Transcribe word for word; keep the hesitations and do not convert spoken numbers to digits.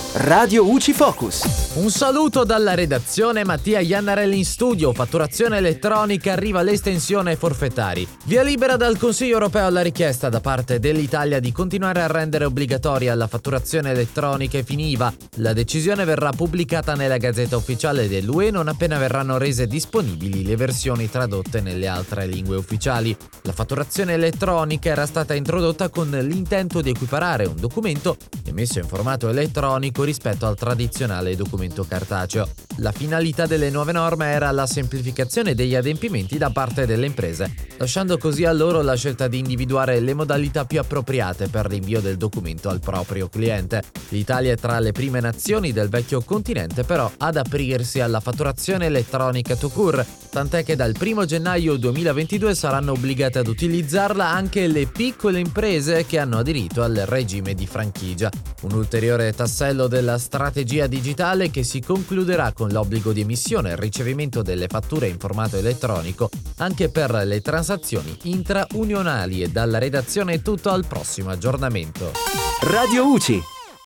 Radio U C I Focus. Un saluto dalla redazione, Mattia Iannarelli in studio. Fatturazione elettronica, arriva l'estensione ai forfettari. Via libera dal Consiglio europeo alla richiesta da parte dell'Italia di continuare a rendere obbligatoria la fatturazione elettronica e finiva. La decisione verrà pubblicata nella Gazzetta Ufficiale dell'U E non appena verranno rese disponibili le versioni tradotte nelle altre lingue ufficiali. La fatturazione elettronica era stata introdotta con l'intento di equiparare un documento emesso in formato elettronico rispetto al tradizionale documento cartaceo. La finalità delle nuove norme era la semplificazione degli adempimenti da parte delle imprese, lasciando così a loro la scelta di individuare le modalità più appropriate per l'invio del documento al proprio cliente. L'Italia è tra le prime nazioni del vecchio continente però ad aprirsi alla fatturazione elettronica tout court, tant'è che dal primo gennaio duemilaventidue saranno obbligate ad utilizzarla anche le piccole imprese che hanno aderito al regime di franchigia. Un ulteriore tassello della strategia digitale che si concluderà con l'obbligo di emissione e ricevimento delle fatture in formato elettronico anche per le transazioni intraunionali. E dalla redazione è tutto, al prossimo aggiornamento. Radio U C I.